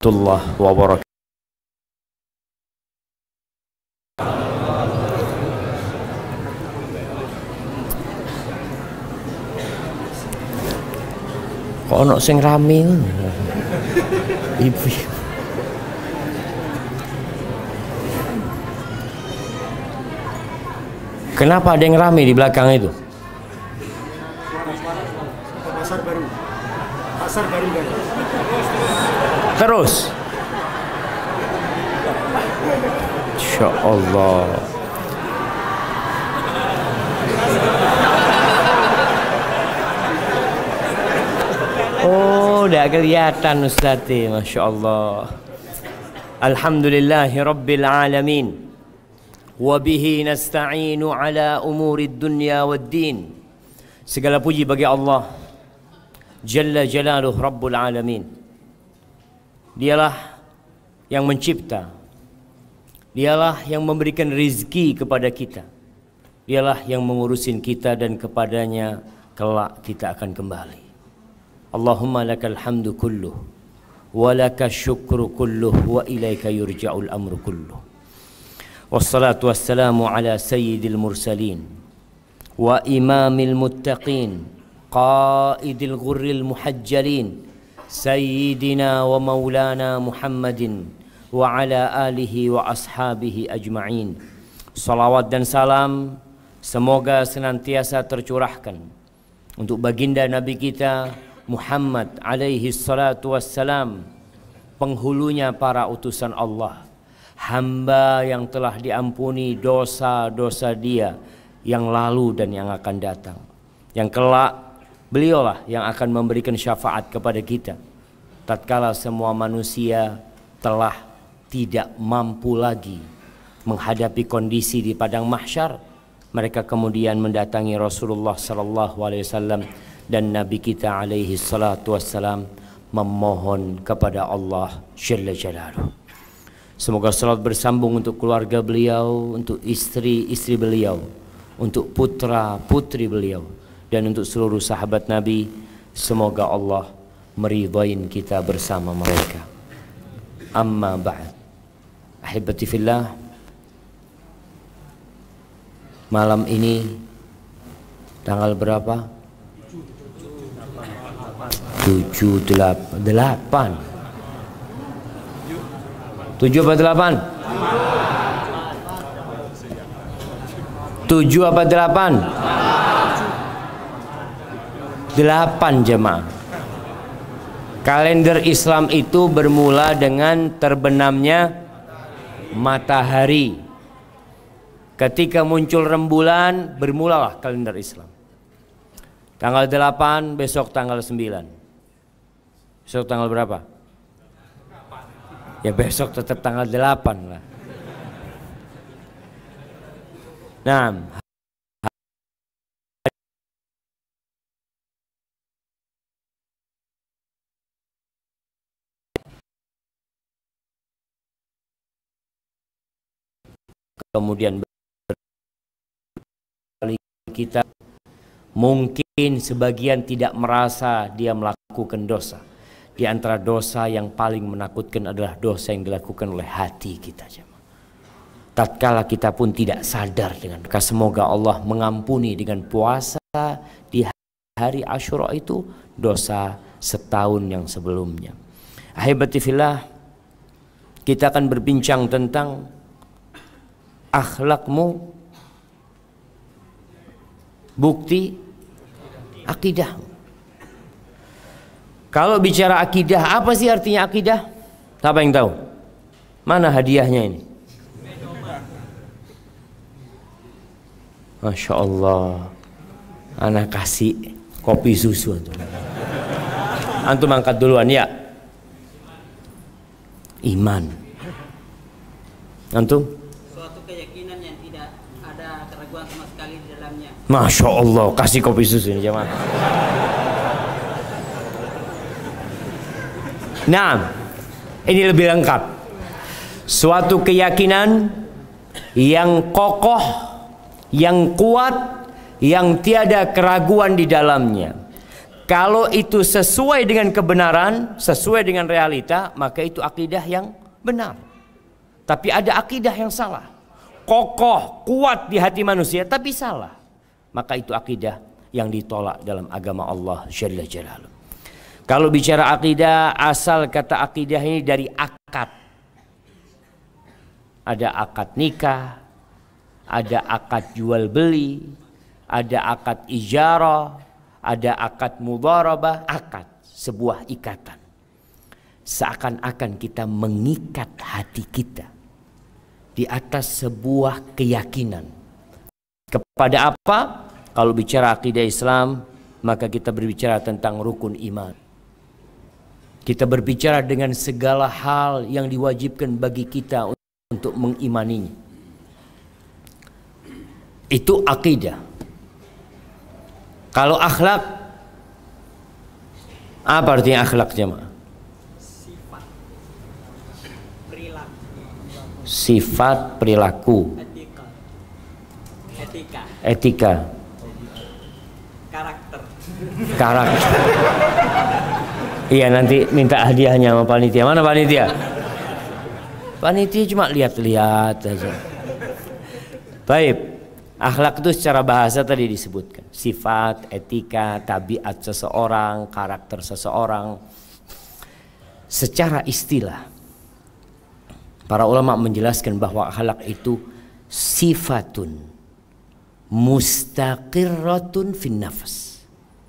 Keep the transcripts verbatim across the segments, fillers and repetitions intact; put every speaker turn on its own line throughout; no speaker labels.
warahmatullahi wabarakatuh. Kok ono sing rame ibu. Kenapa ada yang rame di belakang itu?
Pasar baru. Pasar baru kan.
Terus. Insya Allah. Oh, udah kelihatan Ustaz, Masya Allah. Alhamdulillahi Rabbil Alamin. Wabihi nasta'inu ala umuri dunya wad din. Segala puji bagi Allah Jalla Jalaluh Rabbul Alamin. Dialah yang mencipta, dialah yang memberikan rizki kepada kita, dialah yang mengurusin kita, dan kepadanya kelak kita akan kembali. Allahumma lakal hamdu kulluh wa lakal syukru kulluh wa ilaika yurja'ul amru kulluh. Wassalatu wassalamu ala sayyidil mursalin wa imamil muttaqin qaidil ghurril muhajjalin sayyidina wa maulana Muhammadin wa ala alihi wa ashabihi ajma'in. Salawat dan salam semoga senantiasa tercurahkan untuk baginda Nabi kita Muhammad alaihi salatu wassalam, penghulunya para utusan Allah, hamba yang telah diampuni dosa-dosa dia yang lalu dan yang akan datang, yang kelak beliaulah yang akan memberikan syafaat kepada kita tatkala semua manusia telah tidak mampu lagi menghadapi kondisi di padang mahsyar. Mereka kemudian mendatangi Rasulullah sallallahu alaihi wasallam dan Nabi kita alaihi salatu wassalam memohon kepada Allah Jalla Jalaluh. Semoga salat bersambung untuk keluarga beliau, untuk istri-istri beliau, untuk putra-putri beliau, dan untuk seluruh sahabat Nabi. Semoga Allah meridhain kita bersama mereka. Amma ba'd. Ahibati fillah, malam ini tanggal berapa? Tujuh delapan delapan tujuh apa delapan? Tujuh apa delapan? Delapan jemaah. Kalender Islam itu bermula dengan terbenamnya matahari. Ketika muncul rembulan, bermulalah kalender Islam. Tanggal delapan, besok tanggal sembilan. Besok tanggal berapa? Ya besok tetap tanggal delapan lah. Nah, kemudian kita mungkin sebagian tidak merasa dia melakukan dosa. Di antara dosa yang paling menakutkan adalah dosa yang dilakukan oleh hati kita. Tatkala kita pun tidak sadar dengan, maka semoga Allah mengampuni dengan puasa di hari Asyura itu dosa setahun yang sebelumnya. Ahibati fillah, kita akan berbincang tentang akhlakmu bukti akidahmu. Kalau bicara akidah, apa sih artinya akidah? Siapa yang tahu? Mana hadiahnya ini? Masya Allah, anak kasih kopi susu antum. Antum angkat duluan ya. Iman. Antum?
Suatu keyakinan yang tidak ada keraguan sama sekali di dalamnya.
Masya Allah, kasih kopi susu ini jemaah. Nah, ini lebih lengkap. Suatu keyakinan yang kokoh, yang kuat, yang tiada keraguan di dalamnya. Kalau itu sesuai dengan kebenaran, sesuai dengan realita, maka itu akidah yang benar. Tapi ada akidah yang salah, kokoh, kuat di hati manusia, tapi salah, maka itu akidah yang ditolak dalam agama Allah Jalla Jalaluh. Kalau bicara akidah, asal kata akidah ini dari akad. Ada akad nikah, ada akad jual beli, ada akad ijarah, ada akad mudharabah, akad, sebuah ikatan. Seakan-akan kita mengikat hati kita di atas sebuah keyakinan. Kepada apa? Kalau bicara akidah Islam, maka kita berbicara tentang rukun iman. Kita berbicara dengan segala hal yang diwajibkan bagi kita untuk mengimaninya. Itu akidah. Kalau akhlak, apa artinya akhlak jemaah?
Sifat, perilaku.
Sifat, perilaku.
Etika. Etika.
Etika.
Karakter.
Karakter. Iya, nanti minta hadiahnya sama panitia. Mana panitia? Panitia cuma lihat-lihat aja. Baik, akhlak itu secara bahasa tadi disebutkan sifat, etika, tabiat seseorang, karakter seseorang. Secara istilah, para ulama menjelaskan bahwa akhlak itu sifatun mustaqirratun fin nafs.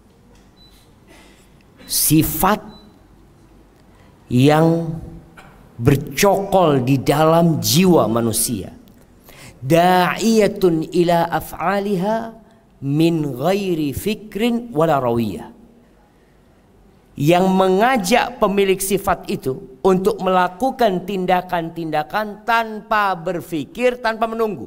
Sifat yang bercokol di dalam jiwa manusia, da'iyatun ila af'aliha min ghairi fikrin wala rawiyah, yang mengajak pemilik sifat itu untuk melakukan tindakan-tindakan tanpa berpikir, tanpa menunggu.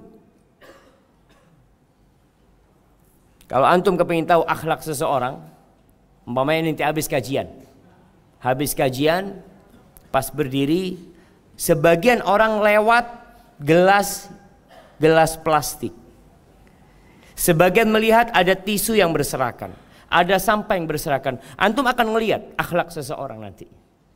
Kalau antum kepingin tahu akhlak seseorang, umpamanya nanti habis kajian, habis kajian pas berdiri, sebagian orang lewat gelas gelas plastik, sebagian melihat ada tisu yang berserakan, ada sampah yang berserakan. Antum akan melihat akhlak seseorang nanti.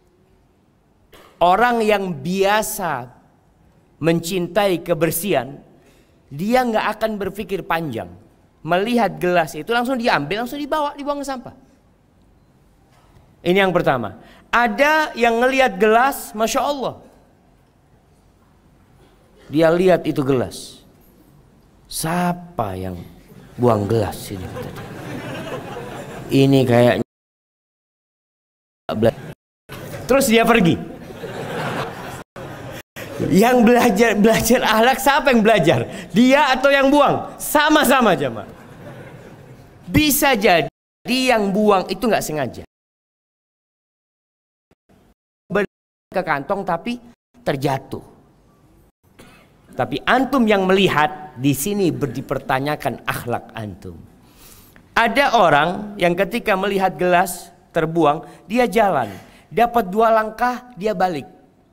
Orang yang biasa mencintai kebersihan, dia nggak akan berpikir panjang, melihat gelas itu langsung diambil, langsung dibawa, dibuang ke sampah. Ini yang pertama. Ada yang ngelihat gelas, masya Allah, dia lihat itu gelas, siapa yang buang gelas ini? Ini kayaknya. Terus dia pergi. Yang belajar belajar akhlak, siapa yang belajar? Dia atau yang buang? Sama-sama jemaah. Bisa jadi yang buang itu nggak sengaja ke kantong tapi terjatuh. Tapi antum yang melihat di sini dipertanyakan akhlak antum. Ada orang yang ketika melihat gelas terbuang, dia jalan, dapat dua langkah dia balik.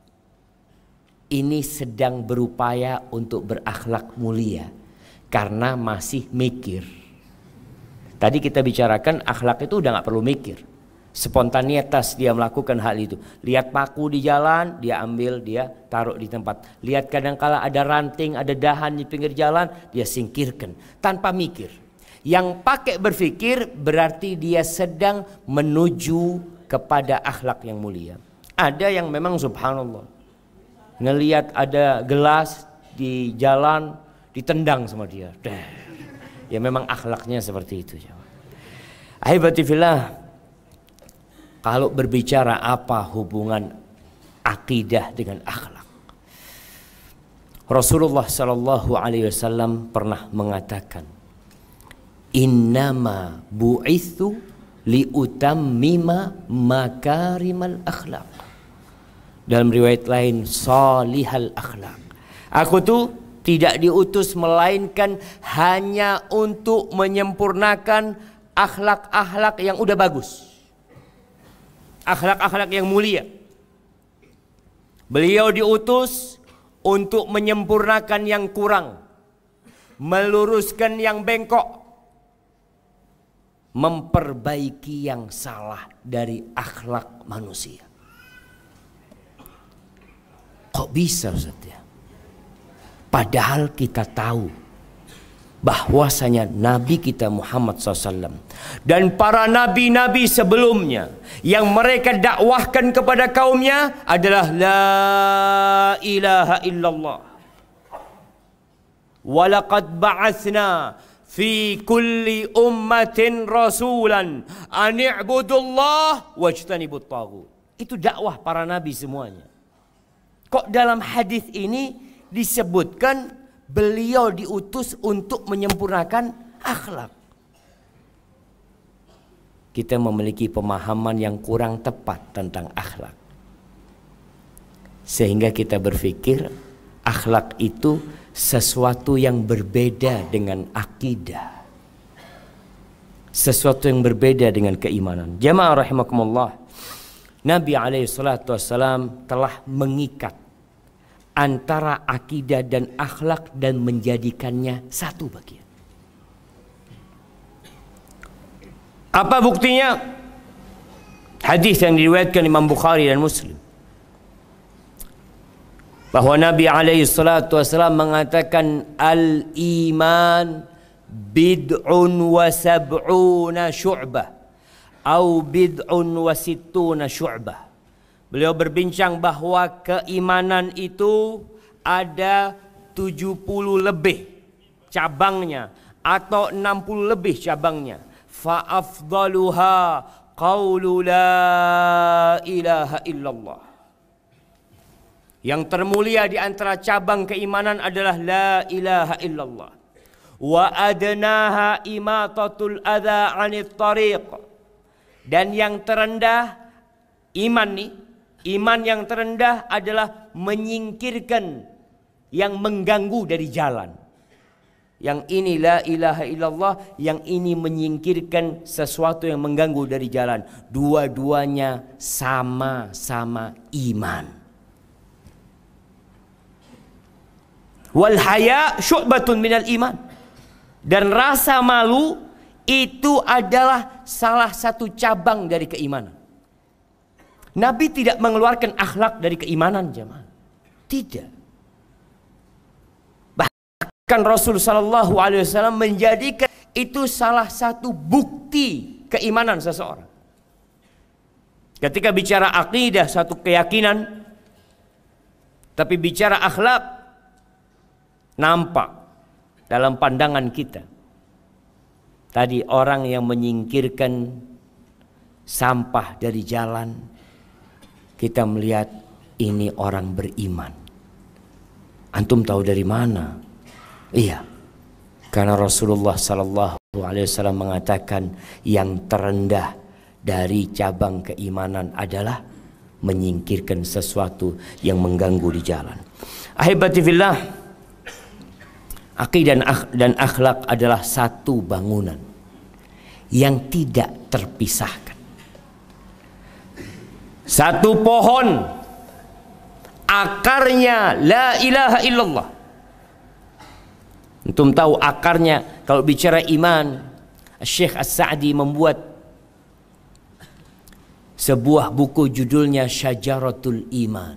Ini sedang berupaya untuk berakhlak mulia karena masih mikir. Tadi kita bicarakan akhlak itu udah nggak perlu mikir. Spontanitas dia melakukan hal itu. Lihat paku di jalan, dia ambil, dia taruh di tempat. Lihat kadangkala ada ranting, ada dahan di pinggir jalan, dia singkirkan tanpa mikir. Yang pakai berpikir berarti dia sedang menuju kepada akhlak yang mulia. Ada yang memang subhanallah, ngelihat ada gelas di jalan ditendang sama dia. Ya memang akhlaknya seperti itu. Ahibati fillah. Kalau berbicara apa hubungan akidah dengan akhlak, Rasulullah Shallallahu Alaihi Wasallam pernah mengatakan, Innama bu'ithu liutammima makarimal akhlak. Dalam riwayat lain, salihal akhlak. Aku tuh tidak diutus melainkan hanya untuk menyempurnakan akhlak-akhlak yang udah bagus, akhlak-akhlak yang mulia. Beliau diutus untuk menyempurnakan yang kurang, meluruskan yang bengkok. memperbaiki yang salah dari akhlak manusia. Kok bisa Ustaz ya? Padahal kita tahu bahwasanya Nabi kita Muhammad shallallahu alaihi wasallam dan para nabi-nabi sebelumnya yang mereka dakwahkan kepada kaumnya adalah la ilaha illallah. Walaqad ba'atsna fi kulli ummatin rasulan an i'budullah wajtanibut taghut. Itu dakwah para nabi semuanya. Kok dalam hadis ini disebutkan beliau diutus untuk menyempurnakan akhlak? Kita memiliki pemahaman yang kurang tepat tentang akhlak, sehingga kita berpikir akhlak itu sesuatu yang berbeda dengan akidah, sesuatu yang berbeda dengan keimanan. Jamaah rahimakumullah, Nabi alaihi salatu wassalam telah mengikat antara akidah dan akhlak dan menjadikannya satu bagian. Apa buktinya? Hadis yang diriwayatkan Imam Bukhari dan Muslim, bahwa Nabi alaihi salatu wasallam mengatakan al-iman bid'un wa sab'una syu'bah au bid'un wa sittuna syu'bah. Beliau berbincang bahwa keimanan itu ada tujuh puluh lebih cabangnya atau enam puluh lebih cabangnya. Fa afdaluha qaulu la ilaha illallah. Yang termulia di antara cabang keimanan adalah la ilaha illallah. Wa adnaha imatatul adza 'anit tariq. Dan yang terendah iman nih, iman yang terendah adalah menyingkirkan yang mengganggu dari jalan. Yang ini la ilaha illallah, yang ini menyingkirkan sesuatu yang mengganggu dari jalan. Dua-duanya sama-sama iman. Wal haya syu'batun minal iman. Dan rasa malu itu adalah salah satu cabang dari keimanan. Nabi tidak mengeluarkan akhlak dari keimanan, jemaah. Tidak. Bahkan Rasul sallallahu alaihi wasallam menjadikan itu salah satu bukti keimanan seseorang. Ketika bicara akidah, satu keyakinan, tapi bicara akhlak, nampak dalam pandangan kita. Tadi orang yang menyingkirkan sampah dari jalan, kita melihat ini orang beriman. Antum tahu dari mana? Iya, karena Rasulullah sallallahu alaihi wasallam mengatakan yang terendah dari cabang keimanan adalah menyingkirkan sesuatu yang mengganggu di jalan. Ahibati fillah, akidah dan akhlak adalah satu bangunan yang tidak terpisahkan. Satu pohon, akarnya la ilaha illallah. Antum tahu akarnya, kalau bicara iman, Syekh As-Sa'di membuat sebuah buku judulnya Syajaratul Iman,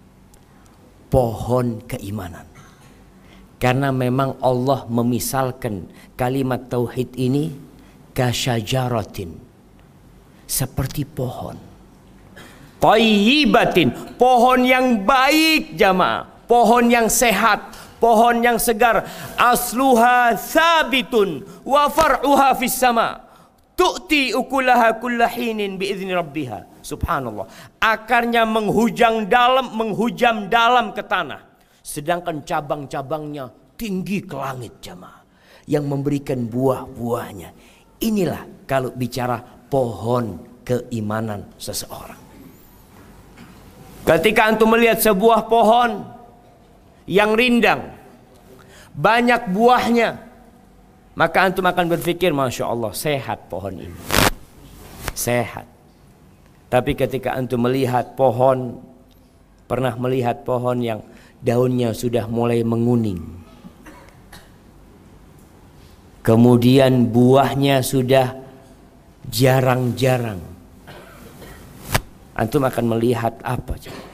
pohon keimanan. Karena memang Allah memisalkan kalimat tauhid ini kasyajaratin, seperti pohon Thayyibatin, pohon yang baik jamaah, pohon yang sehat, pohon yang segar. Asluha sabitun wa far'uha fis sama, tu'ti ukulaha kullahinin biizni rabbiha. Subhanallah, akarnya menghujam dalam, menghujam dalam ke tanah, sedangkan cabang-cabangnya tinggi ke langit jamaah, yang memberikan buah-buahnya. Inilah kalau bicara pohon keimanan seseorang. Ketika antum melihat sebuah pohon yang rindang, banyak buahnya, maka antum akan berpikir, Masya Allah, sehat pohon ini, sehat. Tapi ketika antum melihat pohon, pernah melihat pohon yang daunnya sudah mulai menguning, kemudian buahnya sudah jarang-jarang antum akan melihat apa?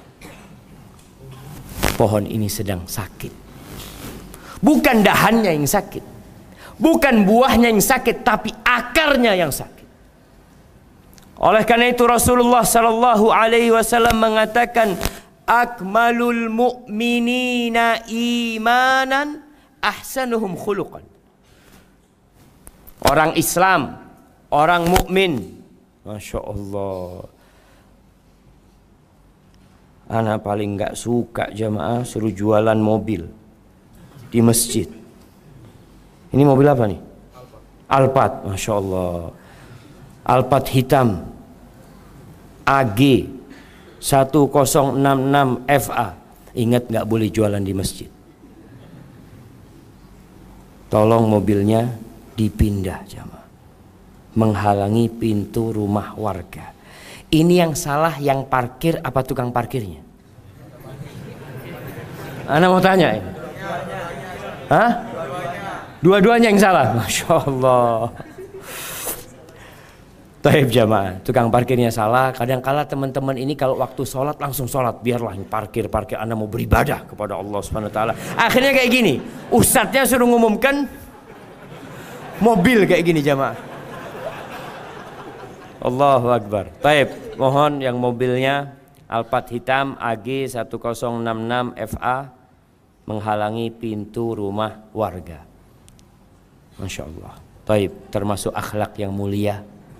Pohon ini sedang sakit. Bukan dahannya yang sakit, bukan buahnya yang sakit, tapi akarnya yang sakit. Oleh karena itu Rasulullah Sallallahu Alaihi Wasallam mengatakan, akmalul mu'minina imanan ahsanuhum khuluqan. Orang Islam, orang mukmin, masya Allah. Ana paling nggak suka jamaah suruh jualan mobil di masjid. Ini mobil apa nih? Alphard, masya Allah. Alphard hitam, A G satu nol enam enam F A. Ingat nggak boleh jualan di masjid. Tolong mobilnya dipindah jamaah, menghalangi pintu rumah warga. Ini yang salah yang parkir apa tukang parkirnya? Ana mau tanya ini. Hah? Dua-duanya yang salah. Masya Allah. Taib jamaah, tukang parkirnya salah. Kadang-kala teman-teman ini kalau waktu sholat langsung sholat. Biarlah yang parkir-parkir, Anda mau beribadah kepada Allah Subhanahu Wa Taala. Akhirnya kayak gini, ustadznya suruh ngumumkan mobil kayak gini jamaah. Allahu Akbar. Taib, mohon yang mobilnya Alphard hitam A G satu nol enam enam F A menghalangi pintu rumah warga. Masya Allah. Taib, termasuk akhlak yang mulia,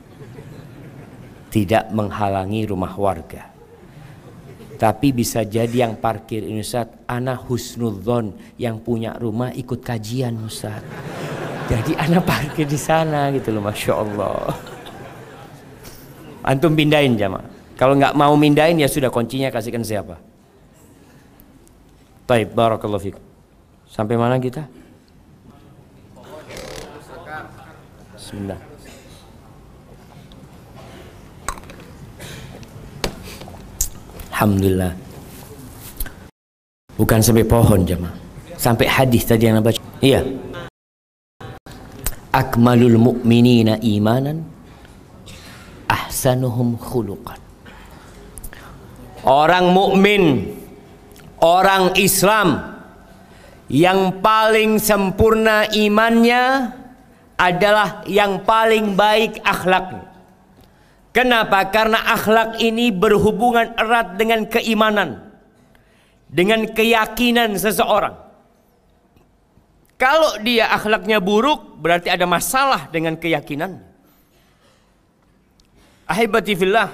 tidak menghalangi rumah warga. Tapi bisa jadi yang parkir ini Ustaz, ana husnudzon, yang punya rumah ikut kajian Ustaz. Jadi ana parkir di sana gitu loh, masya Allah. Antum pindahin jamaah. Kalau nggak mau mindahin ya sudah, kuncinya kasihkan siapa. Taib, barakallahu fikum. Sampai mana kita? Bismillah. Alhamdulillah. Bukan sampai pohon jemaah, sampai hadis tadi yang baca. Iya. Akmalul mu'minina imanan ahsanuhum khuluqan. Orang mukmin, orang Islam yang paling sempurna imannya adalah yang paling baik akhlaknya. Kenapa? Karena akhlak ini berhubungan erat dengan keimanan, dengan keyakinan seseorang. Kalau dia akhlaknya buruk, berarti ada masalah dengan keyakinan. Ahibati fillah,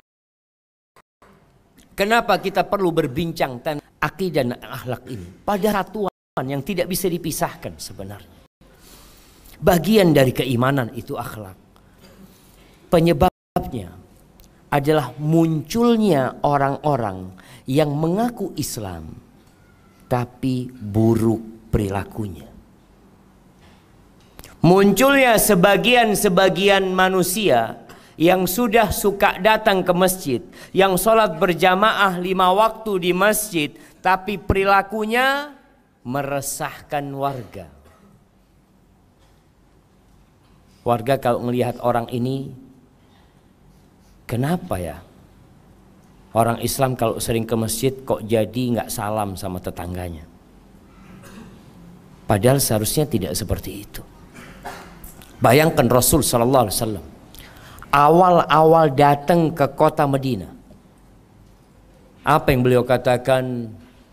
kenapa kita perlu berbincang tentang akidah dan akhlak ini? Pada satuan yang tidak bisa dipisahkan sebenarnya. Bagian dari keimanan itu akhlak. Penyebabnya adalah munculnya orang-orang yang mengaku Islam tapi buruk perilakunya. Munculnya sebagian-sebagian manusia yang sudah suka datang ke masjid, yang sholat berjamaah lima waktu di masjid, tapi perilakunya meresahkan warga. Warga kalau melihat orang ini, kenapa ya orang Islam kalau sering ke masjid kok jadi nggak salam sama tetangganya? Padahal seharusnya tidak seperti itu. Bayangkan Rasul Sallallahu Alaihi Wasallam awal-awal datang ke kota Madinah, apa yang beliau katakan?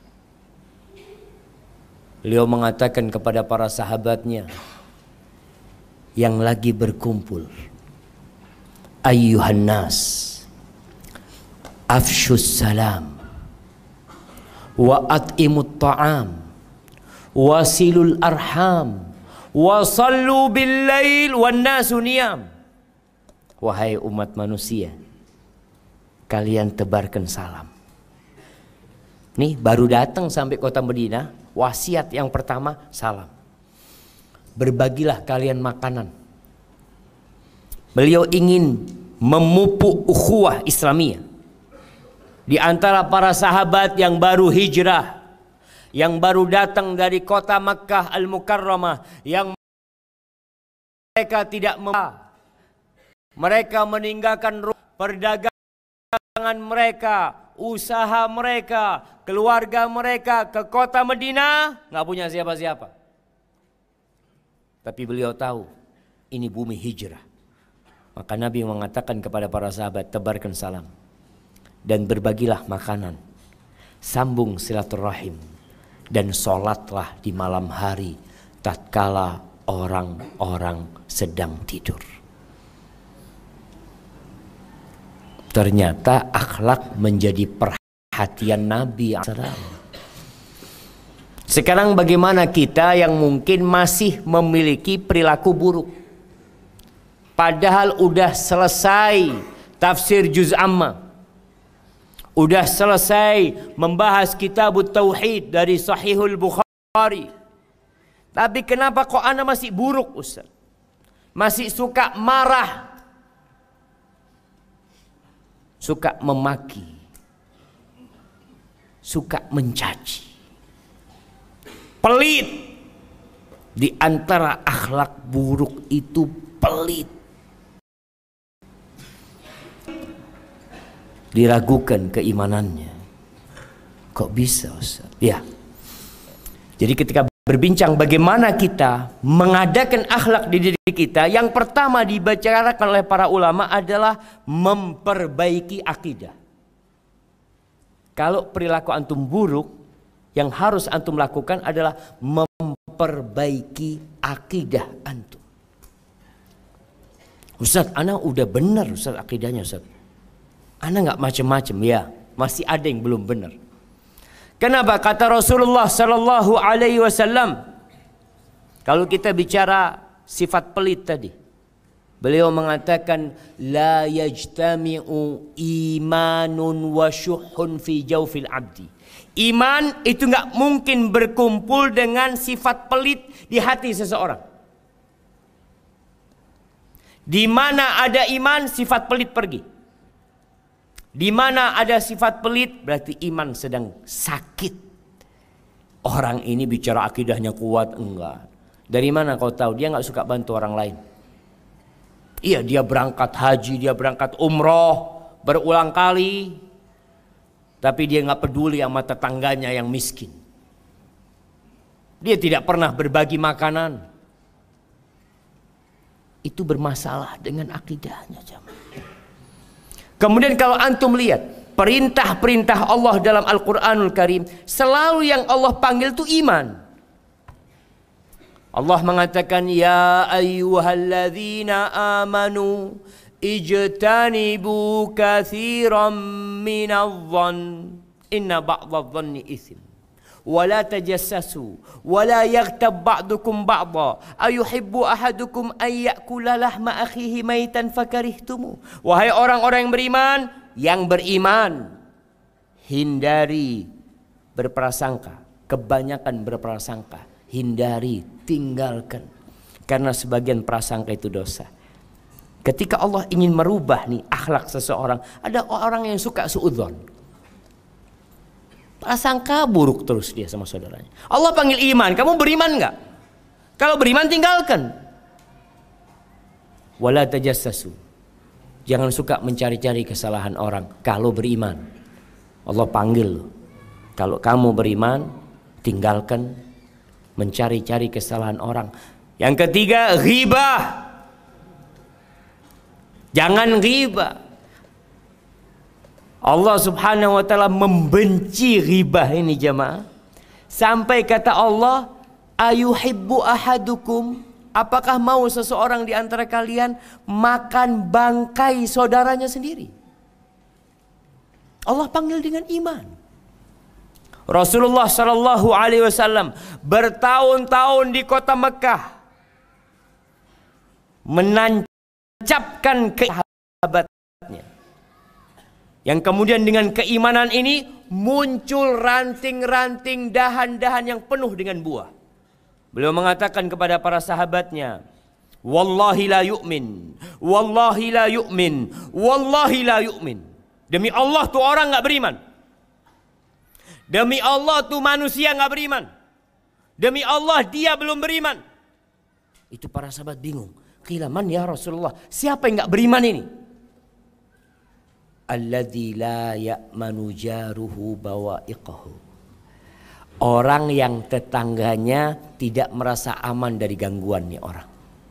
Beliau mengatakan kepada para sahabatnya yang lagi berkumpul, ayyuhan nas afshus salam wa at'imut ta'am wasilul arham wa sallu bil lail wan nasu niyam. Wahai umat manusia, kalian tebarkan salam. Nih baru datang sampai kota Madinah, wasiat yang pertama salam. Berbagilah kalian makanan. Beliau ingin memupuk ukhuwah Islamiyah di antara para sahabat yang baru hijrah, yang baru datang dari kota Makkah Al-Mukarramah, yang mereka tidak mem Mereka meninggalkan perdagangan mereka, usaha mereka, keluarga mereka ke kota Madinah, nggak punya siapa-siapa. Tapi beliau tahu ini bumi hijrah. Maka Nabi mengatakan kepada para sahabat, tebarkan salam dan berbagilah makanan, sambung silaturahim, dan sholatlah di malam hari tatkala orang-orang sedang tidur. Ternyata akhlak menjadi perhatian Nabi. Sekarang bagaimana kita yang mungkin masih memiliki perilaku buruk, padahal udah selesai tafsir juz amma, udah selesai membahas kitabut tauhid dari Sahihul Bukhari, tapi kenapa kok ana masih buruk, Ustaz? Masih suka marah, suka memaki, suka mencaci, pelit. Di antara akhlak buruk itu pelit. Diragukan keimanannya. Kok bisa, Ustaz? Ya. Jadi ketika berbincang bagaimana kita mengadakan akhlak di diri kita, yang pertama dibicarakan oleh para ulama adalah memperbaiki akidah. Kalau perilaku antum buruk, yang harus antum lakukan adalah memperbaiki akidah antum. Ustaz, ana udah benar Ustaz akidahnya, Ustaz. Ana nggak macam-macam, ya, masih ada yang belum benar. Kenapa? Kata Rasulullah Sallallahu Alaihi Wasallam, kalau kita bicara sifat pelit tadi, beliau mengatakan la yajtami'u imanun wa syuhun fi jawfil abdi. Iman itu nggak mungkin berkumpul dengan sifat pelit di hati seseorang. Di mana ada iman, sifat pelit pergi. Di mana ada sifat pelit, berarti iman sedang sakit. Orang ini bicara akidahnya kuat, enggak. Dari mana kau tahu? Dia nggak suka bantu orang lain. Iya, dia berangkat haji, dia berangkat umroh berulang kali, tapi dia nggak peduli sama tetangganya yang miskin. Dia tidak pernah berbagi makanan. Itu bermasalah dengan akidahnya, jamaah. Kemudian kalau antum lihat perintah-perintah Allah dalam Al-Quranul Karim, selalu yang Allah panggil itu iman. Allah mengatakan, ya ayyuhalladzina amanu ijtanibu katsiran minadh-dhann inna ba'dadh-dhanni itsm. ولا تجسسوا ولا يغتب بعضكم بعضا أيحب أحدكم أن يأكل لحم أخيه ميتا فكرهتموه. Wahai orang-orang yang beriman, yang beriman, hindari berprasangka, kebanyakan berprasangka, hindari, tinggalkan, karena sebagian prasangka itu dosa. Ketika Allah ingin merubah nih akhlak seseorang, ada orang yang suka suudzon, prasangka buruk terus dia sama saudaranya. Allah panggil iman, kamu beriman enggak? Kalau beriman tinggalkan. Wala tajassasu. Jangan suka mencari-cari kesalahan orang kalau beriman. Allah panggil, kalau kamu beriman, tinggalkan mencari-cari kesalahan orang. Yang ketiga, ghibah. Jangan ghibah. Allah Subhanahu wa taala membenci ghibah ini, jamaah. Sampai kata Allah, ayuhibbu ahadukum, apakah mau seseorang di antara kalian makan bangkai saudaranya sendiri? Allah panggil dengan iman. Rasulullah Sallallahu Alaihi Wasallam bertahun-tahun di kota Mekah menancapkan kesahabatnya, yang kemudian dengan keimanan ini muncul ranting-ranting dahan-dahan yang penuh dengan buah. Beliau mengatakan kepada para sahabatnya, wallahi la yu'min, wallahi la yu'min, wallahi la yu'min. Demi Allah tuh orang nggak beriman. Demi Allah tuh manusia nggak beriman. Demi Allah dia belum beriman. Itu para sahabat bingung. Qila man ya Rasulullah, siapa yang nggak beriman ini? Alladzi la ya'manu jaruhu bawa'iqahu. Orang yang tetangganya tidak merasa aman dari gangguan nih orang.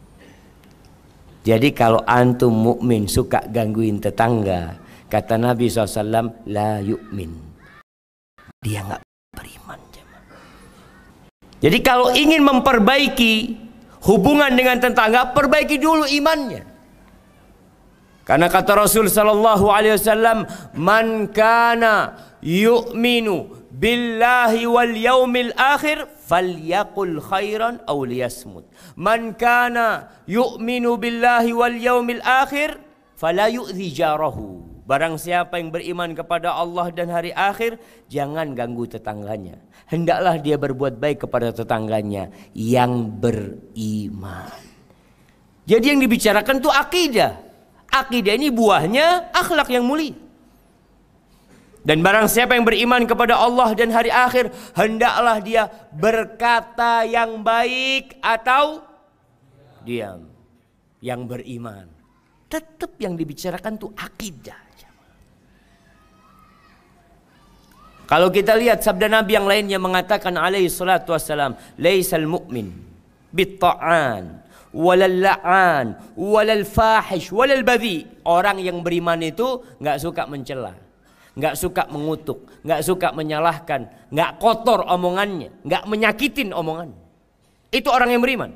Jadi kalau antum mukmin suka gangguin tetangga, kata Nabi shallallahu alaihi wasallam, la yu'min. Dia nggak beriman. Jadi kalau ingin memperbaiki hubungan dengan tetangga, perbaiki dulu imannya. Karena kata Rasul sallallahu alaihi wasallam, man kana yu'minu billahi wal yaumil akhir falyaqul khairan aw liyasmut. Man kana yu'minu billahi wal yaumil akhir fala yu'dhi jarahu. Barang siapa yang beriman kepada Allah dan hari akhir, jangan ganggu tetangganya. Hendaklah dia berbuat baik kepada tetangganya yang beriman. Jadi yang dibicarakan itu akidah. Akidah ini buahnya akhlak yang mulia. Dan barang siapa yang beriman kepada Allah dan hari akhir, hendaklah dia berkata yang baik atau diam. Yang beriman. Tetap yang dibicarakan itu akidah. Kalau kita lihat sabda Nabi yang lainnya mengatakan alaihi salatu wassalam, laisal mu'min bitta'an walal la'an walal fahish walal badhi. Orang yang beriman itu nggak suka mencela, nggak suka mengutuk, nggak suka menyalahkan, nggak kotor omongannya, nggak menyakitin omongannya. Itu orang yang beriman.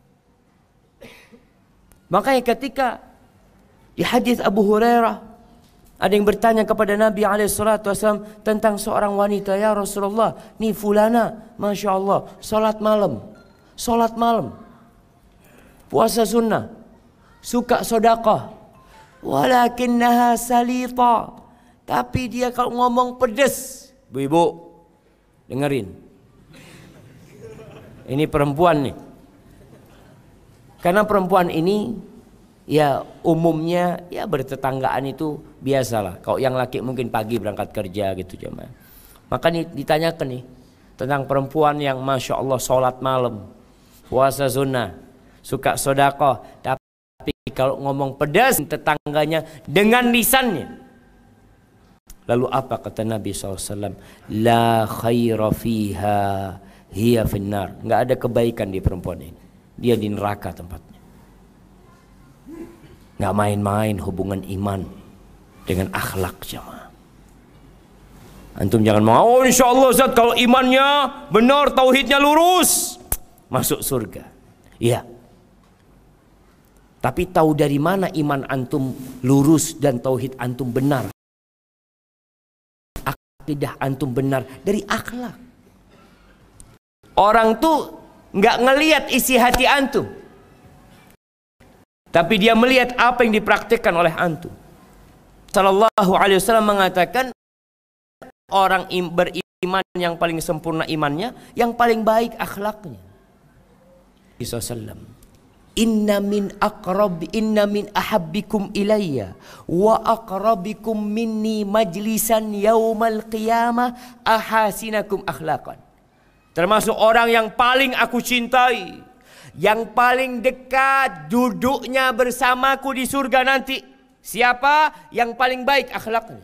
Makanya ketika di hadis Abu Hurairah ada yang bertanya kepada Nabi alaihi salatu wasallam tentang seorang wanita, ya Rasulullah, nih fulana, masya Allah, salat malam, salat malam, puasa sunnah, suka sedekah, walakinnaha salita, tapi dia kalau ngomong pedes. Bu-ibu, dengerin, ini perempuan nih, karena perempuan ini ya umumnya ya bertetanggaan itu biasalah. Kalau yang laki mungkin pagi berangkat kerja gitu jemaah. Maka nih, ditanyakan nih tentang perempuan yang masya Allah sholat malam, puasa sunnah, suka sedekah, tapi kalau ngomong pedas tetangganya dengan lisannya. Lalu apa kata Nabi shallallahu alaihi wasallam? La khaira fiha hiya finnar. Nggak ada kebaikan di perempuan ini. Dia di neraka tempatnya. Nggak main-main hubungan iman dengan akhlak jamaah. Antum jangan mau, oh, insya Allah Ustaz kalau imannya benar, tauhidnya lurus, masuk surga. Iya. Tapi tahu dari mana iman antum lurus dan tauhid antum benar? Akidah antum benar dari akhlak. Orang tuh nggak ngelihat isi hati antum, tapi dia melihat apa yang dipraktikkan oleh antum. Sallallahu alaihi wasallam mengatakan orang beriman yang paling sempurna imannya, yang paling baik akhlaknya. Sallallahu Inna min aqrab inna min ahabbikum ilayya wa aqrabikum minni majlisan yaumal qiyamah ahasinakum akhlaqan. Termasuk orang yang paling aku cintai, yang paling dekat duduknya bersamaku di surga nanti. Siapa yang paling baik akhlaknya?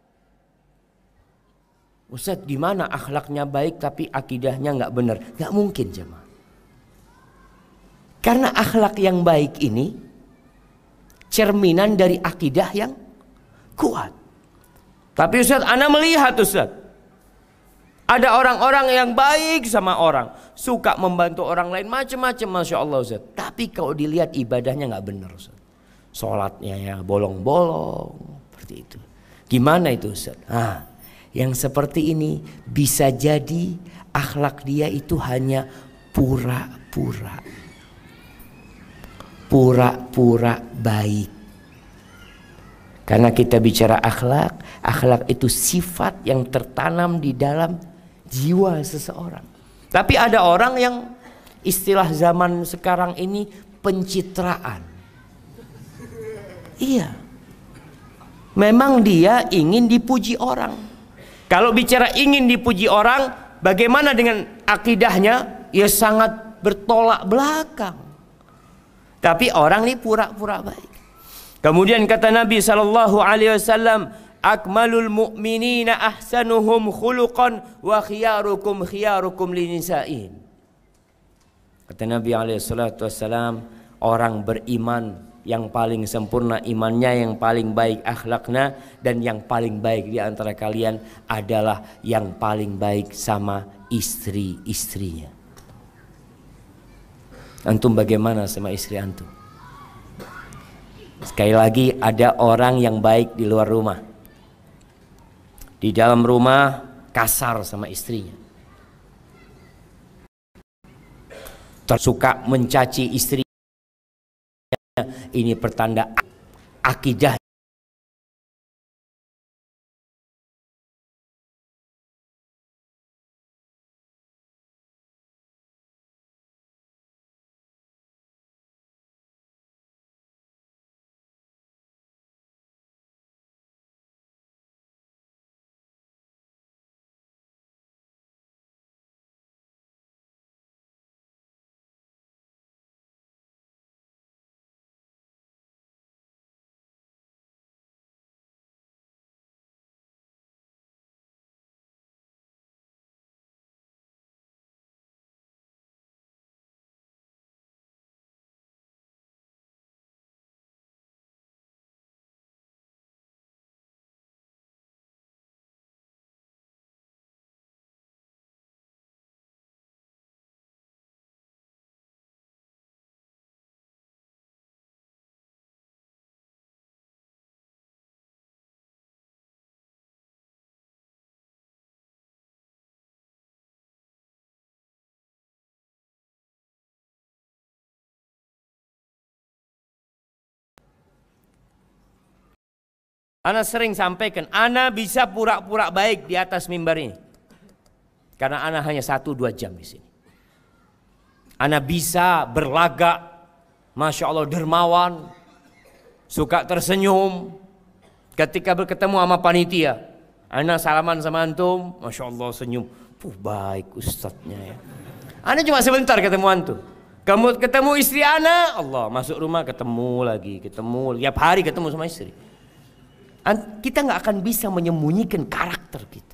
Ustaz, gimana akhlaknya baik tapi akidahnya nggak benar? Nggak mungkin jemaah. Karena akhlak yang baik ini cerminan dari akidah yang kuat. Tapi Ustaz, ana melihat Ustaz, ada orang-orang yang baik sama orang, suka membantu orang lain macam-macam, masya Allah Ustaz. Tapi kalau dilihat ibadahnya nggak benar Ustaz. Sholatnya ya bolong-bolong seperti itu. Gimana itu Ustaz? Ah, yang seperti ini bisa jadi akhlak dia itu hanya pura-pura, pura-pura baik. Karena kita bicara akhlak, akhlak itu sifat yang tertanam di dalam jiwa seseorang. Tapi ada orang yang istilah zaman sekarang ini pencitraan. Iya, memang dia ingin dipuji orang. Kalau bicara ingin dipuji orang, bagaimana dengan akidahnya? Ya sangat bertolak belakang. Tapi orang ini pura-pura baik. Kemudian kata Nabi sallallahu alaihi wasallam, akmalul mu'minina ahsanuhum khuluqan wa khiyarukum khiyarukum linisa'in. Kata Nabi alaihi salatu wasallam, orang beriman yang paling sempurna imannya, yang paling baik akhlaknya, dan yang paling baik di antara kalian adalah yang paling baik sama istri-istrinya. Antum bagaimana sama istri antum? Sekali lagi, ada orang yang baik di luar rumah, di dalam rumah kasar sama istrinya, tersuka mencaci istrinya. Ini pertanda akidah Ana sering sampaikan, ana bisa pura-pura baik di atas mimbar ini karena ana hanya satu dua jam di sini. Ana bisa berlagak, masya Allah dermawan, suka tersenyum. Ketika berketemu sama panitia, ana salaman sama antum, masya Allah senyum, puh baik ustadznya ya. Ana cuma sebentar ketemu antum. Kamu ketemu istri ana, Allah masuk rumah ketemu lagi, ketemu tiap hari ketemu sama istri. Kita nggak akan bisa menyembunyikan karakter kita,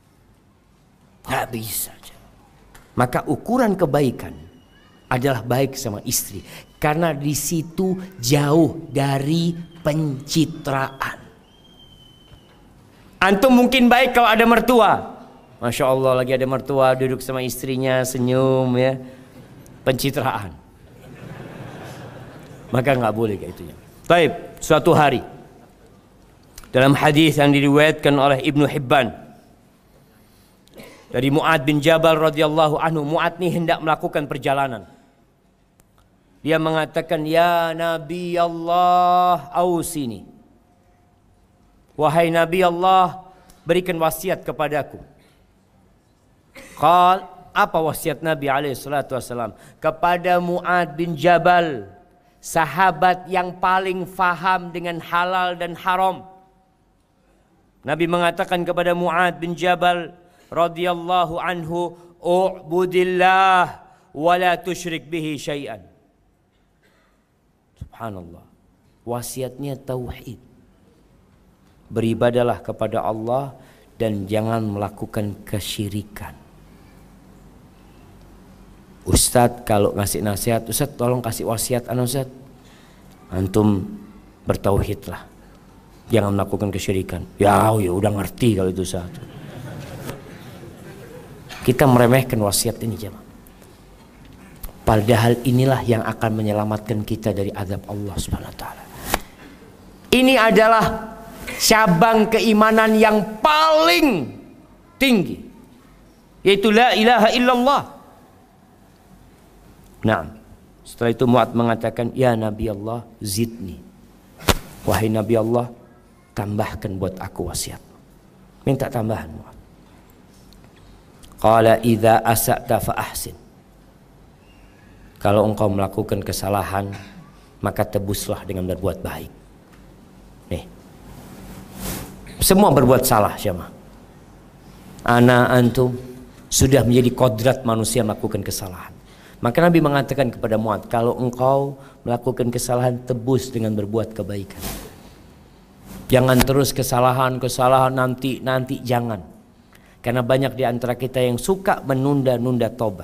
nggak bisa. Maka ukuran kebaikan adalah baik sama istri, karena di situ jauh dari pencitraan. Antum mungkin baik kalau ada mertua, masya Allah lagi ada mertua duduk sama istrinya senyum ya, pencitraan. Maka nggak boleh kayak itunya. Baik, suatu hari dalam hadis yang diriwayatkan oleh Ibnu Hibban dari Mu'ad bin Jabal radhiyallahu anhu, Mu'ad ini hendak melakukan perjalanan. Dia mengatakan, ya Nabi Allah ausini, wahai Nabi Allah berikan wasiat kepadaku. Qal, apa wasiat Nabi alaihi salatu wasallam kepada Mu'ad bin Jabal, sahabat yang paling faham dengan halal dan haram? Nabi mengatakan kepada Mu'ad bin Jabal radhiyallahu anhu, u'budillah wa la tusyrik bihi syai'an. Subhanallah, wasiatnya tauhid. Beribadalah kepada Allah dan jangan melakukan kesyirikan. Ustadz kalau ngasih nasihat, Ustadz tolong kasih wasiat anu Ustadz. Antum bertauhidlah, jangan melakukan kesyirikan. Ya, ya udah ngerti kalau itu satu. Kita meremehkan wasiat ini jemaah. Padahal inilah yang akan menyelamatkan kita dari azab Allah Subhanahu wa taala. Ini adalah cabang keimanan yang paling tinggi, yaitu la ilaha illallah. Nah, setelah itu Mu'ad mengatakan, ya Nabi Allah zidni, wahai Nabi Allah tambahkan buat aku wasiat. Minta tambahan Mu'ad. Qala idza asa'ta fa ahsin. Kalau engkau melakukan kesalahan, maka tebuslah dengan berbuat baik. Nih, semua berbuat salah jemaah. Ana antum sudah menjadi kodrat manusia melakukan kesalahan. Maka Nabi mengatakan kepada Mu'adz, kalau engkau melakukan kesalahan, tebus dengan berbuat kebaikan. Jangan terus kesalahan, kesalahan nanti, nanti jangan. Karena banyak di antara kita yang suka menunda-nunda tobat.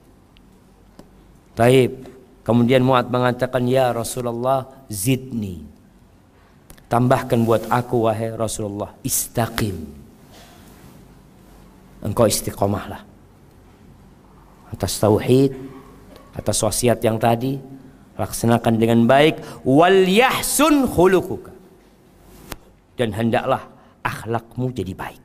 Taib. Kemudian Mu'adz mengatakan, ya Rasulullah, zidni. Tambahkan buat aku wahai Rasulullah, istaqim. Engkau istiqomahlah atas tauhid, atas wasiat yang tadi, laksanakan dengan baik. Wal yahsun khuluquka, dan hendaklah akhlakmu jadi baik.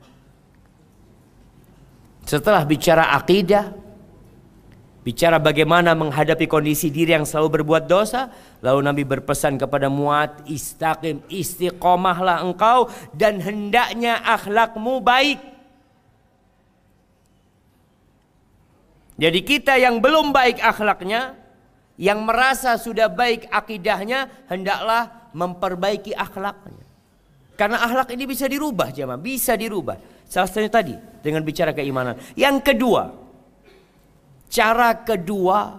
Setelah bicara akidah, bicara bagaimana menghadapi kondisi diri yang selalu berbuat dosa, lalu Nabi berpesan kepada Mu'adz, istaqim, istiqomahlah engkau dan hendaknya akhlakmu baik. Jadi kita yang belum baik akhlaknya, yang merasa sudah baik akidahnya, hendaklah memperbaiki akhlaknya. Karena akhlak ini bisa dirubah, jemaah, bisa dirubah. Salah satunya tadi dengan bicara keimanan. Yang kedua, cara kedua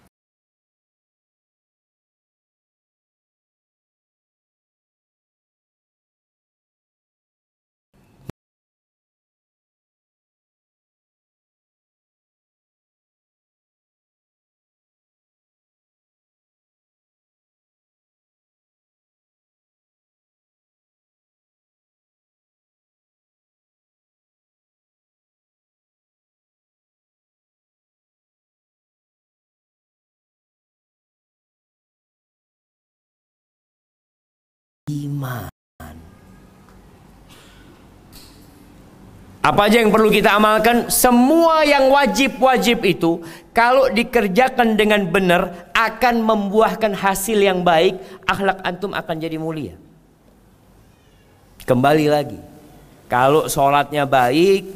iman. Apa aja yang perlu kita amalkan? Semua yang wajib-wajib itu kalau dikerjakan dengan benar akan membuahkan hasil yang baik. Akhlak antum akan jadi mulia. Kembali lagi, kalau sholatnya baik,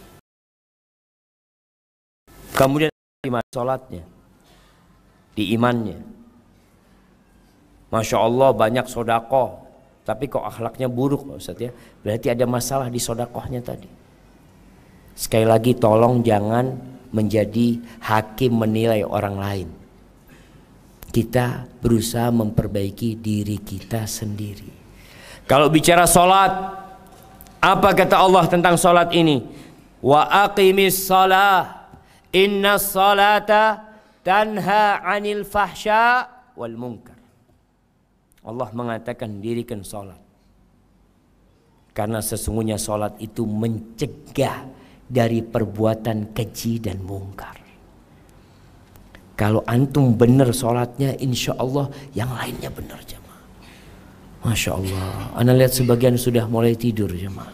kemudian di sholatnya, di imannya, Masya Allah banyak sodakoh, tapi kok akhlaknya buruk Ustaz ya, berarti ada masalah di sodakohnya tadi. Sekali lagi tolong jangan menjadi hakim menilai orang lain. Kita berusaha memperbaiki diri kita sendiri. Kalau bicara solat, apa kata Allah tentang solat ini? Wa aqimis salah, inna salata tanha anil fahsya wal munkar. Allah mengatakan dirikan sholat, karena sesungguhnya sholat itu mencegah dari perbuatan keji dan mungkar. Kalau antum benar sholatnya, insya Allah yang lainnya benar jemaah. Masya Allah, ana lihat sebagian sudah mulai tidur jemaah.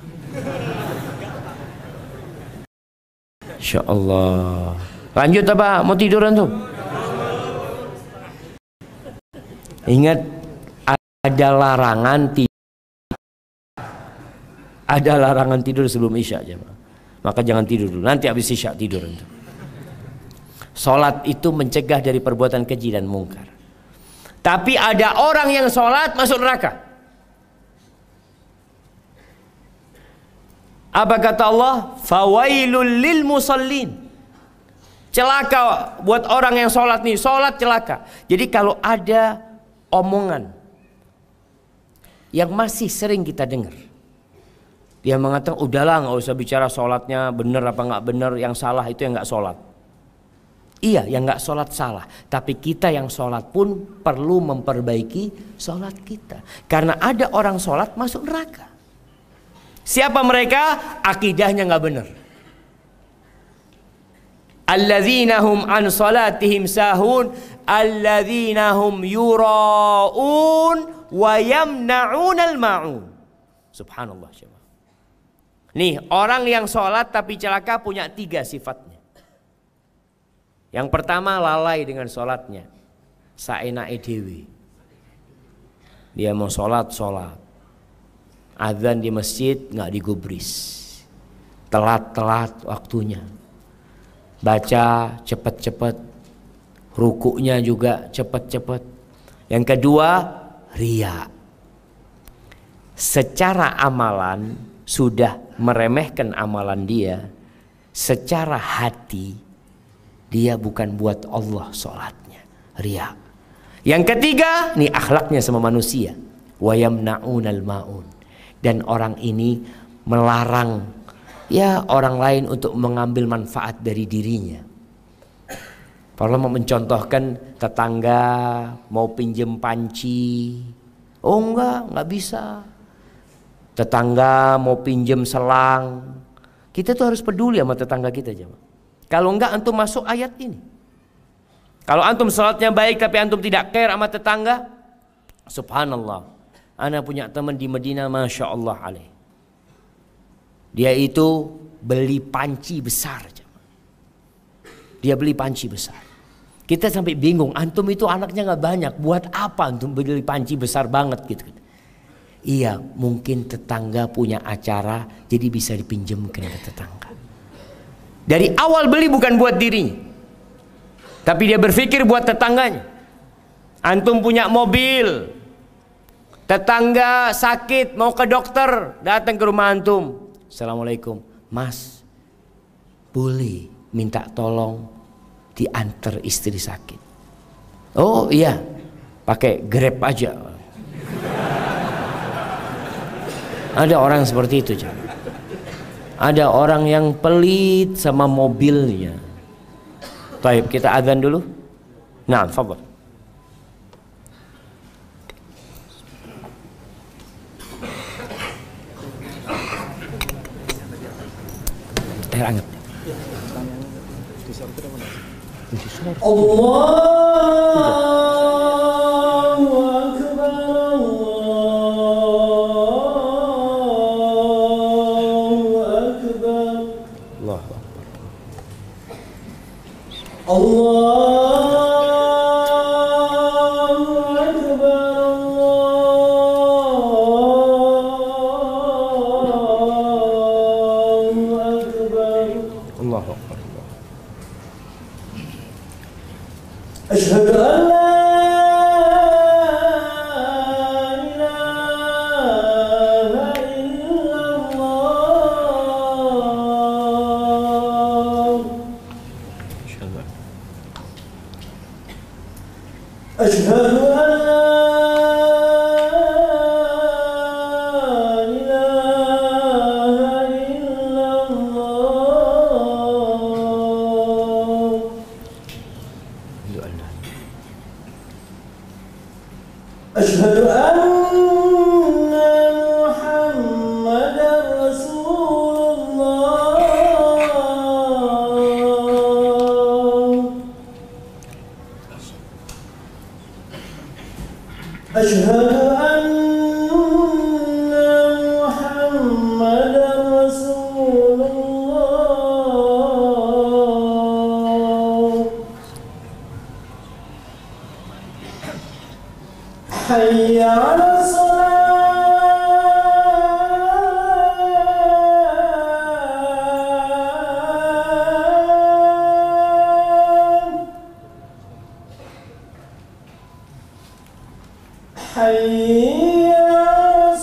Insya Allah. Lanjut apa? Mau tidur antum? Ingat, ada larangan tidur, ada larangan tidur sebelum isya aja, maka jangan tidur dulu. Nanti habis isya tidur. Sholat itu mencegah dari perbuatan keji dan mungkar. Tapi ada orang yang sholat masuk neraka. Apa kata Allah? Fawailul lil musallin. Celaka buat orang yang sholat nih, sholat celaka. Jadi kalau ada omongan yang masih sering kita dengar, dia mengatakan udahlah nggak usah bicara sholatnya benar apa nggak benar, yang salah itu yang nggak sholat. Iya, yang nggak sholat salah, tapi kita yang sholat pun perlu memperbaiki sholat kita, karena ada orang sholat masuk neraka. Siapa mereka? Akidahnya nggak benar. Alladzina hum an salatihim sahun, alladzina hum yura'un wa yamna'unal ma'un. Subhanallah. Nih, orang yang sholat tapi celaka punya tiga sifatnya. Yang pertama, lalai dengan sholatnya, saenake dewe. Dia mau sholat, sholat. Adzan di masjid nggak digubris, telat-telat waktunya. Baca cepet-cepet, rukuknya juga cepet-cepet. Yang kedua, riya. Secara amalan sudah meremehkan amalan dia, secara hati Dia bukan buat Allah sholatnya, riya. Yang ketiga, nih akhlaknya sama manusia. Wa yamna'unal ma'un. Dan orang ini melarang ya orang lain untuk mengambil manfaat dari dirinya. Kalau mau mencontohkan tetangga mau pinjem panci, oh enggak, enggak bisa. Tetangga mau pinjem selang, kita tuh harus peduli sama tetangga kita, jemaah. Kalau enggak antum masuk ayat ini. Kalau antum salatnya baik tapi antum tidak care sama tetangga, subhanallah. Ana punya teman di Madinah, masya Allah alaih. Dia itu beli panci besar. Dia beli panci besar. Kita sampai bingung, antum itu anaknya nggak banyak, buat apa antum beli panci besar banget gitu. Iya, mungkin tetangga punya acara, jadi bisa dipinjemkan ke tetangga. Dari awal beli bukan buat dirinya, tapi dia berpikir buat tetangganya. Antum punya mobil, tetangga sakit mau ke dokter, datang ke rumah antum. Assalamualaikum, mas, boleh minta tolong diantar istri sakit? Oh iya, pakai Grab aja. Ada orang seperti itu, jangan. Ada orang yang pelit sama mobilnya. Baik, kita azan dulu. Nah, fadhal. Teh hangat. Allahu Akbar. Allahu Akbar, Allahu Akbar, Allahu Akbar. Asyhadu an la Asyhadu anna Muhammadar Rasulullah. Asyhadu anna Muhammadar Rasulullah. Hayya 'alas salat. Hayya 'alas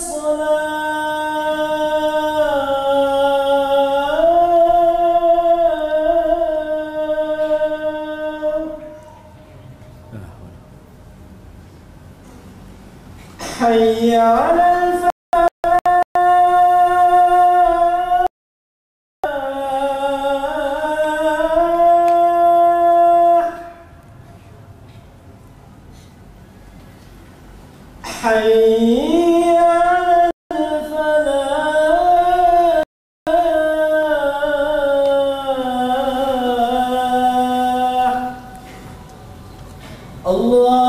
salat. Hayya 'alal falah. Hayya 'alal falah. Allah.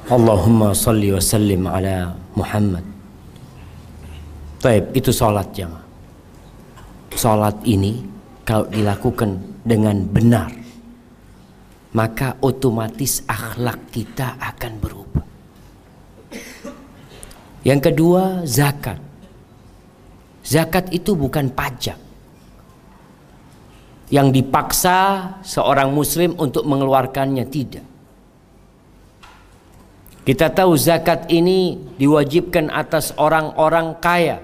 Allahumma salli wa sallim ala Muhammad. Taib, itu sholat jamaah. Sholat ini kalau dilakukan dengan benar, maka otomatis akhlak kita akan berubah. Yang kedua, zakat. Zakat itu bukan pajak yang dipaksa seorang muslim untuk mengeluarkannya, tidak. Kita tahu zakat ini diwajibkan atas orang-orang kaya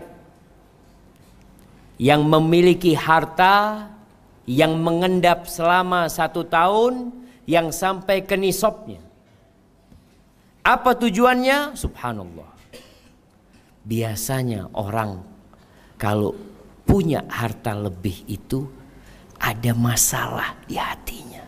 yang memiliki harta yang mengendap selama satu tahun yang sampai ke nisabnya. Apa tujuannya? Subhanallah. Biasanya orang kalau punya harta lebih itu ada masalah di hatinya.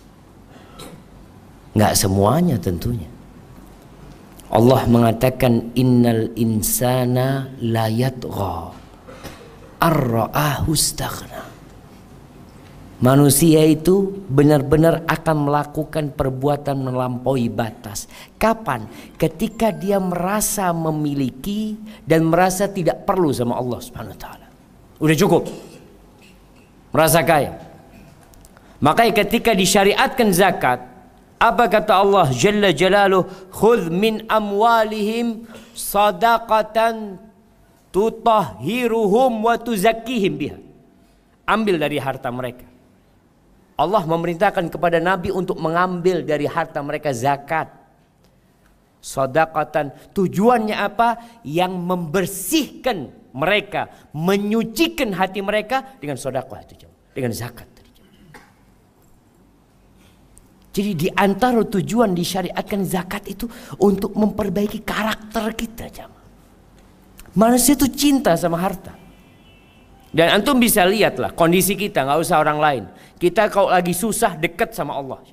Nggak semuanya tentunya. Allah mengatakan innal insana la yatgha ar-ra'ahu istaghna. Manusia itu benar-benar akan melakukan perbuatan melampaui batas. Kapan? Ketika dia merasa memiliki dan merasa tidak perlu sama Allah Subhanahu wa taala. Udah cukup. Merasa kaya. Makanya ketika disyariatkan zakat, apa kata Allah Jalla Jalaluh? Khudh min amwalihim sadaqatan tutahhiruhum wa tuzakkihim biha. Ambil dari harta mereka. Allah memerintahkan kepada Nabi untuk mengambil dari harta mereka zakat. Sadaqatan, tujuannya apa? Yang membersihkan mereka, menyucikan hati mereka dengan sedekah itu, dengan zakat. Jadi di antara tujuan disyariatkan zakat itu untuk memperbaiki karakter kita, jamaah. Manusia itu cinta sama harta. Dan antum bisa lihatlah kondisi kita, nggak usah orang lain. Kita kalau lagi susah dekat sama Allah.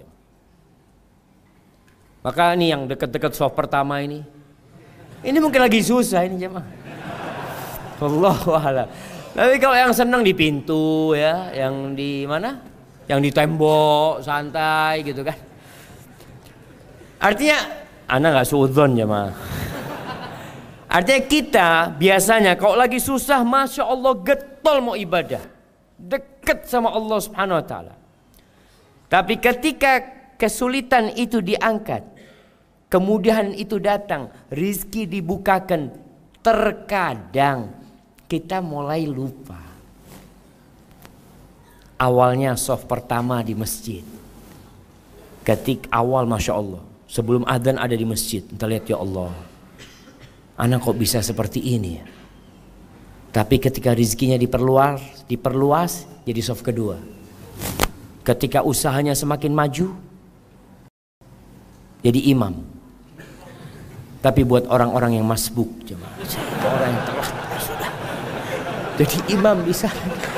Maka ini yang dekat-dekat soft pertama ini, ini mungkin lagi susah ini jemaah. Allahu a'lam. Tapi kalau yang senang di pintu ya, yang di mana? Yang di tembok santai gitu kan. Artinya, ana nggak suudzon jemaah. Artinya kita biasanya kalau lagi susah, masya Allah getol mau ibadah, dekat sama Allah Subhanahu Wa Taala. Tapi ketika kesulitan itu diangkat, kemudahan itu datang, rizki dibukakan, terkadang kita mulai lupa. Awalnya soft pertama di masjid, ketika awal masya Allah, sebelum adzan ada di masjid, kita lihat ya Allah, anak kok bisa seperti ini ya. Tapi ketika rizkinya diperluas, diperluas jadi soft kedua. Ketika usahanya semakin maju, jadi imam. Tapi buat orang-orang yang masbuk, jemaah, orang yang telah sudah jadi imam bisa.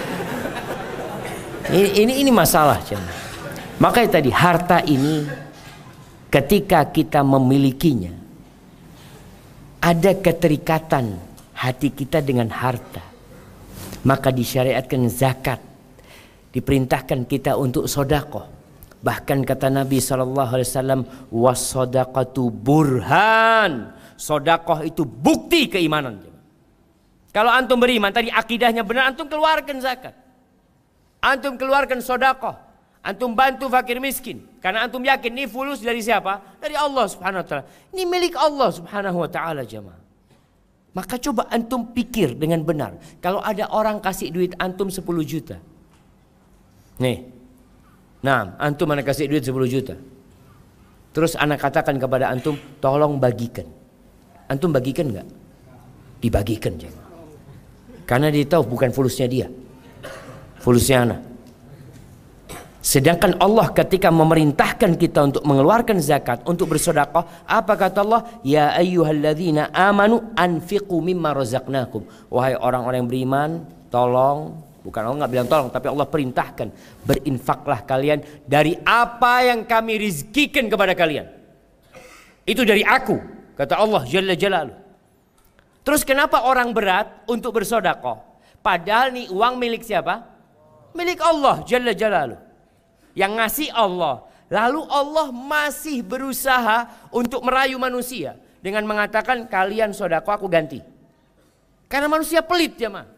Ini ini, ini masalah, jemaah. Makanya tadi harta ini ketika kita memilikinya, ada keterikatan hati kita dengan harta, maka disyariatkan zakat. Diperintahkan kita untuk sedekah. Bahkan kata Nabi shallallahu alaihi wasallam, was-shadaqatu burhan. Sedekah itu bukti keimanan. Kalau antum beriman, tadi akidahnya benar, antum keluarkan zakat. Antum keluarkan sedekah. Antum bantu fakir miskin. Karena antum yakin ini fulus dari siapa? Dari Allah Subhanahu wa taala. Ini milik Allah Subhanahu wa taala, jemaah. Maka coba antum pikir dengan benar. Kalau ada orang kasih duit antum sepuluh juta. Nih. Nah, antum anak kasih duit sepuluh juta. Terus anak katakan kepada antum, tolong bagikan. Antum bagikan enggak? Dibagikan, jemaah. Karena dia tahu bukan fulusnya dia. Fulusnya anak. Sedangkan Allah ketika memerintahkan kita untuk mengeluarkan zakat, untuk bersedekah, apa kata Allah? Ya ayyuhalladzina amanu anfiqu mimma razaqnakum. Wahai orang-orang yang beriman, tolong, bukan Allah nggak bilang tolong, tapi Allah perintahkan, berinfaklah kalian dari apa yang kami rizkikan kepada kalian. Itu dari aku, kata Allah Jalla Jalaluh. Terus kenapa orang berat untuk bersedekah? Padahal nih uang milik siapa? Milik Allah Jalla Jalaluh. Yang ngasih Allah, Lalu Allah masih berusaha untuk merayu manusia dengan mengatakan kalian sodako aku ganti. Karena manusia pelit ya mah.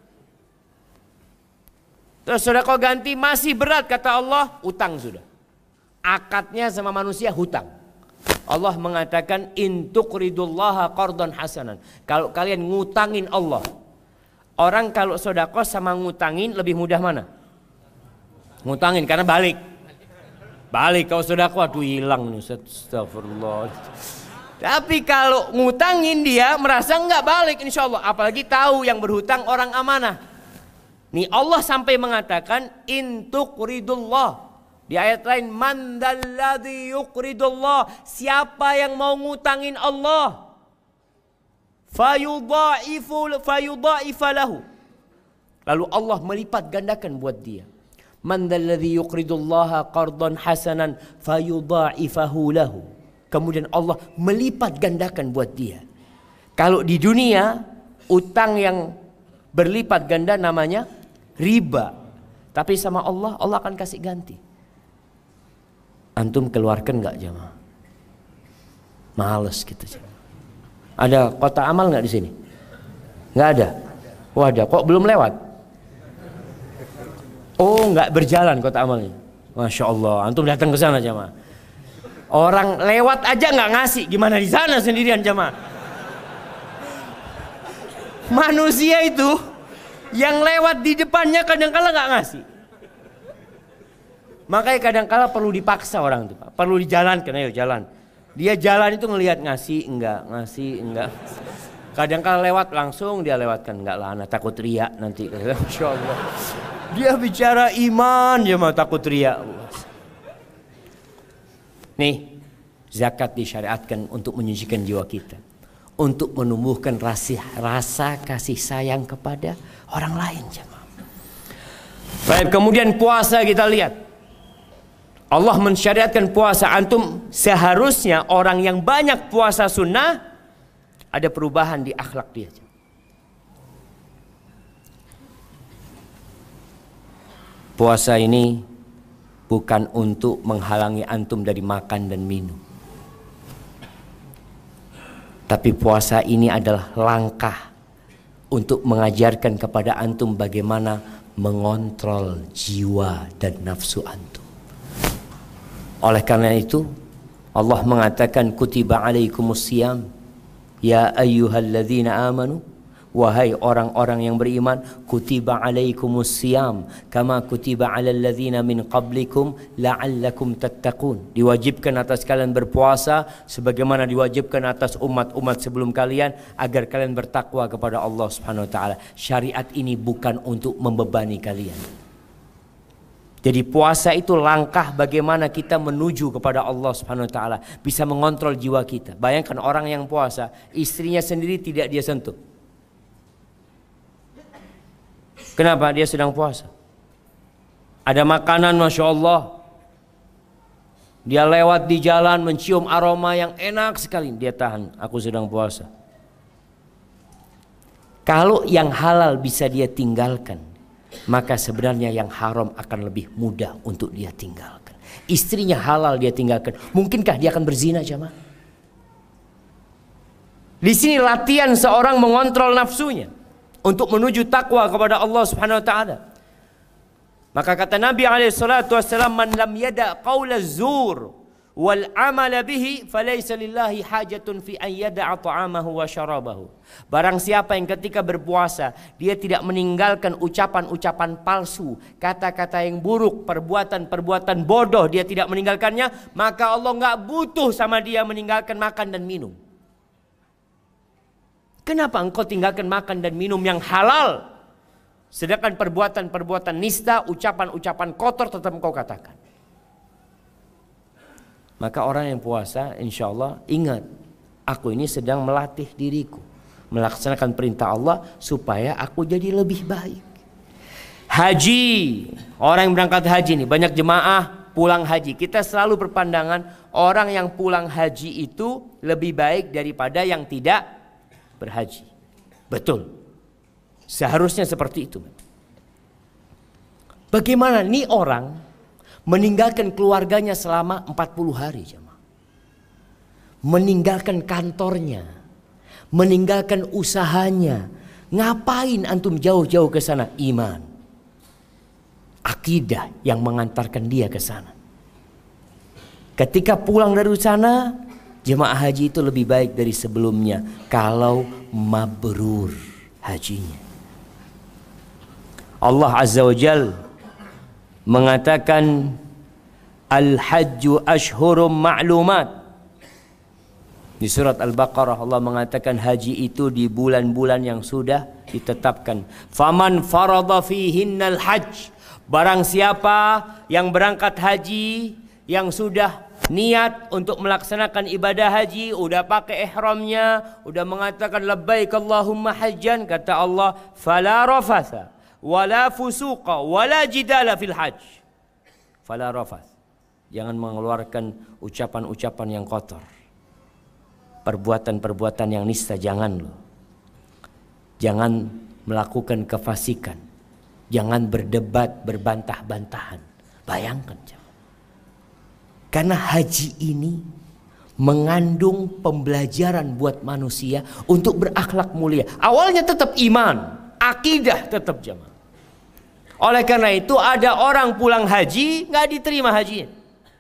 Terus sodako ganti masih berat kata Allah, utang sudah. Akadnya sama manusia hutang. Allah mengatakan in tuqridullaha qardan hasanan. Kalau kalian ngutangin Allah. Orang kalau sodako sama ngutangin lebih mudah mana? Ngutangin karena balik. Balik kalau sodako aduh hilang nih. Astagfirullah. Tapi kalau ngutangin dia merasa enggak balik insya Allah. Apalagi tahu yang berhutang orang amanah. Nih Allah sampai mengatakan in tuqridullah. Di ayat lain man dalladzi yuqridullah. Siapa yang mau ngutangin Allah? Fayudha'ifu fayudha'ifa lahu. Lalu Allah melipat gandakan buat dia. Man dalladzi yuqridullaha qardan hasanan fayudha'ifahu lahu. Kemudian Allah melipat gandakan buat dia. Kalau di dunia utang yang berlipat ganda namanya riba. Tapi sama Allah, Allah akan kasih ganti. Antum keluarkan nggak jamaah? Males gitu jamaah. Ada kota amal nggak di sini? Nggak ada. Oh ada. Kok belum lewat? Oh nggak berjalan kota amalnya. Masya Allah. Antum datang ke sana jamaah. Orang lewat aja nggak ngasih, gimana di sana sendirian jamaah? Manusia itu yang lewat di depannya kadang-kala nggak ngasih. Makanya kadang-kala perlu dipaksa orang itu, Pak. Perlu dijalankan, ayo jalan. Dia jalan itu ngelihat ngasih enggak, ngasih enggak. Kadang-kala lewat langsung dia lewatkan, enggak lah, anak takut riak nanti. Masya Allah. Dia bicara iman, dia mau takut riak. Nih, zakat disyariatkan untuk menyucikan jiwa kita. Untuk menumbuhkan rasa, rasa kasih sayang kepada orang lain. Baik, kemudian puasa kita lihat. Allah mensyariatkan puasa. Antum seharusnya orang yang banyak puasa sunnah, ada perubahan di akhlak dia. Puasa ini bukan untuk menghalangi antum dari makan dan minum. Tapi puasa ini adalah langkah untuk mengajarkan kepada antum bagaimana mengontrol jiwa dan nafsu antum. Oleh karena itu Allah mengatakan kutiba alaikumusiyam ya ayyuhalladzina amanu. Wahai orang-orang yang beriman, kutiba alaikumusiyam kama kutiba alal ladzina min qablikum la'allakum tattaqun. Diwajibkan atas kalian berpuasa sebagaimana diwajibkan atas umat-umat sebelum kalian agar kalian bertakwa kepada Allah Subhanahu wa taala. Syariat ini bukan untuk membebani kalian. Jadi puasa itu langkah bagaimana kita menuju kepada Allah Subhanahu wa taala, bisa mengontrol jiwa kita. Bayangkan orang yang puasa, istrinya sendiri tidak dia sentuh. Kenapa? Dia sedang puasa. Ada makanan Masya Allah. Dia lewat di jalan mencium aroma yang enak sekali. Dia tahan, aku sedang puasa. Kalau yang halal bisa dia tinggalkan, maka sebenarnya yang haram akan lebih mudah untuk dia tinggalkan. Istrinya halal dia tinggalkan. Mungkinkah dia akan berzina jamaah? Di sini latihan seorang mengontrol nafsunya untuk menuju takwa kepada Allah Subhanahu wa taala. Maka kata Nabi alaihi salatu wasallam, "Man lam yada qaula zur wal amala bihi falaysa lillahi hajatun fi an yada'a ta'amahu wa syarabahu." Barang siapa yang ketika berpuasa dia tidak meninggalkan ucapan-ucapan palsu, kata-kata yang buruk, perbuatan-perbuatan bodoh dia tidak meninggalkannya, maka Allah enggak butuh sama dia meninggalkan makan dan minum. Kenapa engkau tinggalkan makan dan minum yang halal, sedangkan perbuatan-perbuatan nista, ucapan-ucapan kotor tetap engkau katakan? Maka orang yang puasa insya Allah ingat, aku ini sedang melatih diriku melaksanakan perintah Allah supaya aku jadi lebih baik. Haji, orang yang berangkat haji nih, banyak jemaah pulang haji. Kita selalu berpandangan orang yang pulang haji itu lebih baik daripada yang tidak berhaji. Betul. Seharusnya seperti itu. Bagaimana nih orang meninggalkan keluarganya selama empat puluh hari jemaah. Meninggalkan kantornya, meninggalkan usahanya. Ngapain antum jauh-jauh ke sana? Iman, akidah yang mengantarkan dia ke sana. Ketika pulang dari sana, jemaah haji itu lebih baik dari sebelumnya kalau mabrur hajinya. Allah Azza wa Jal mengatakan al-hajju ashhurum ma'lumat. Di surat Al-Baqarah Allah mengatakan haji itu di bulan-bulan yang sudah ditetapkan. Faman farada fihinnal hajj, barang siapa yang berangkat haji, yang sudah niat untuk melaksanakan ibadah haji, udah pakai ihramnya, udah mengatakan labbaik Allahumma hajjan, kata Allah, fala rafatha wala fusuqa wala jidala fil hajj. Fala rafath, jangan mengeluarkan ucapan-ucapan yang kotor, perbuatan-perbuatan yang nista, jangan loh. Jangan melakukan kefasikan, jangan berdebat, berbantah-bantahan. Bayangkan, karena haji ini mengandung pembelajaran buat manusia untuk berakhlak mulia. Awalnya tetap iman, akidah tetap jamaah. Oleh karena itu ada orang pulang haji nggak diterima hajinya.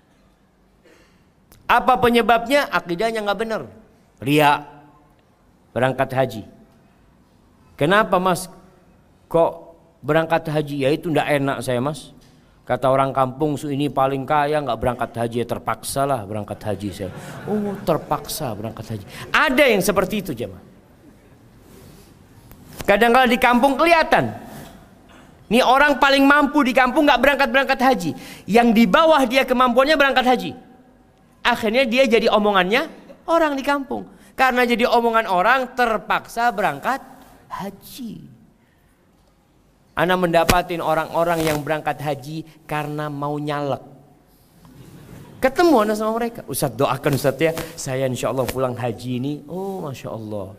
Apa penyebabnya? Akidahnya nggak benar, ria berangkat haji. Kenapa mas? Kok berangkat haji? Ya itu nggak enak saya mas. Kata orang kampung, su ini paling kaya nggak berangkat haji, ya terpaksa lah berangkat haji saya. Oh terpaksa berangkat haji. Ada yang seperti itu jemaah. Kadang-kadang di kampung kelihatan, nih orang paling mampu di kampung nggak berangkat berangkat haji. Yang di bawah dia kemampuannya berangkat haji. Akhirnya dia jadi omongannya orang di kampung. Karena jadi omongan orang terpaksa berangkat haji. Ana mendapatin orang-orang yang berangkat haji karena mau nyalek. Ketemu ana sama mereka, Ustadz doakan Ustadz ya, saya insya Allah pulang haji ini. Oh masya Allah.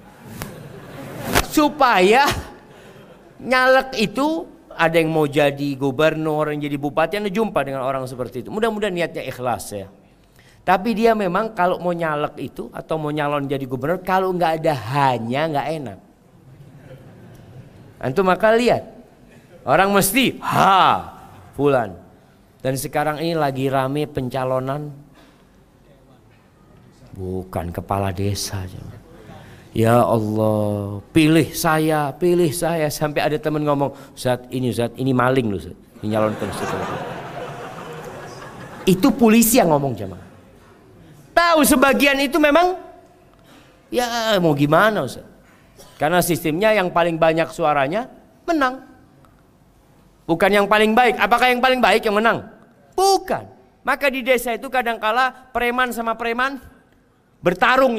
Supaya nyalek itu, ada yang mau jadi gubernur, yang jadi bupati, anda jumpa dengan orang seperti itu. Mudah-mudahan niatnya ikhlas ya. Tapi dia memang kalau mau nyalek itu atau mau nyalon jadi gubernur, kalau nggak ada hanya nggak enak. Antum maka lihat. Orang mesti ha fulan. Dan sekarang ini lagi rame pencalonan bukan kepala desa. Ya Allah, pilih saya, pilih saya. Sampai ada teman ngomong, Ustadz ini Ustadz ini maling loh Ustadz, menyalonkan Ustadz. Itu polisi yang ngomong jemaah. Tahu sebagian itu memang ya mau gimana Ustadz. Karena sistemnya yang paling banyak suaranya menang. Bukan yang paling baik. Apakah yang paling baik yang menang? Bukan. Maka di desa itu kadangkala preman sama preman bertarung.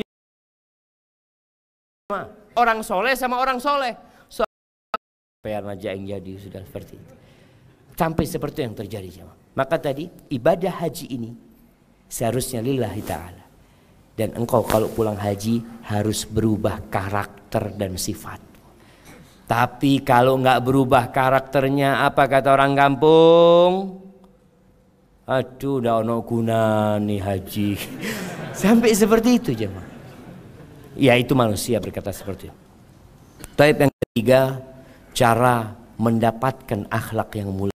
Orang soleh sama orang soleh. So, biar aja yang jadi sudah seperti itu. Sampai seperti yang terjadi jemaah. Maka tadi ibadah haji ini seharusnya lillahi ta'ala. Dan engkau kalau pulang haji harus berubah karakter dan sifat. Tapi kalau nggak berubah karakternya, apa kata orang kampung? Aduh, udah ono guna nih haji. Sampai seperti itu jemaah. Ya itu manusia berkata seperti itu. Tapi yang ketiga, cara mendapatkan akhlak yang mulia.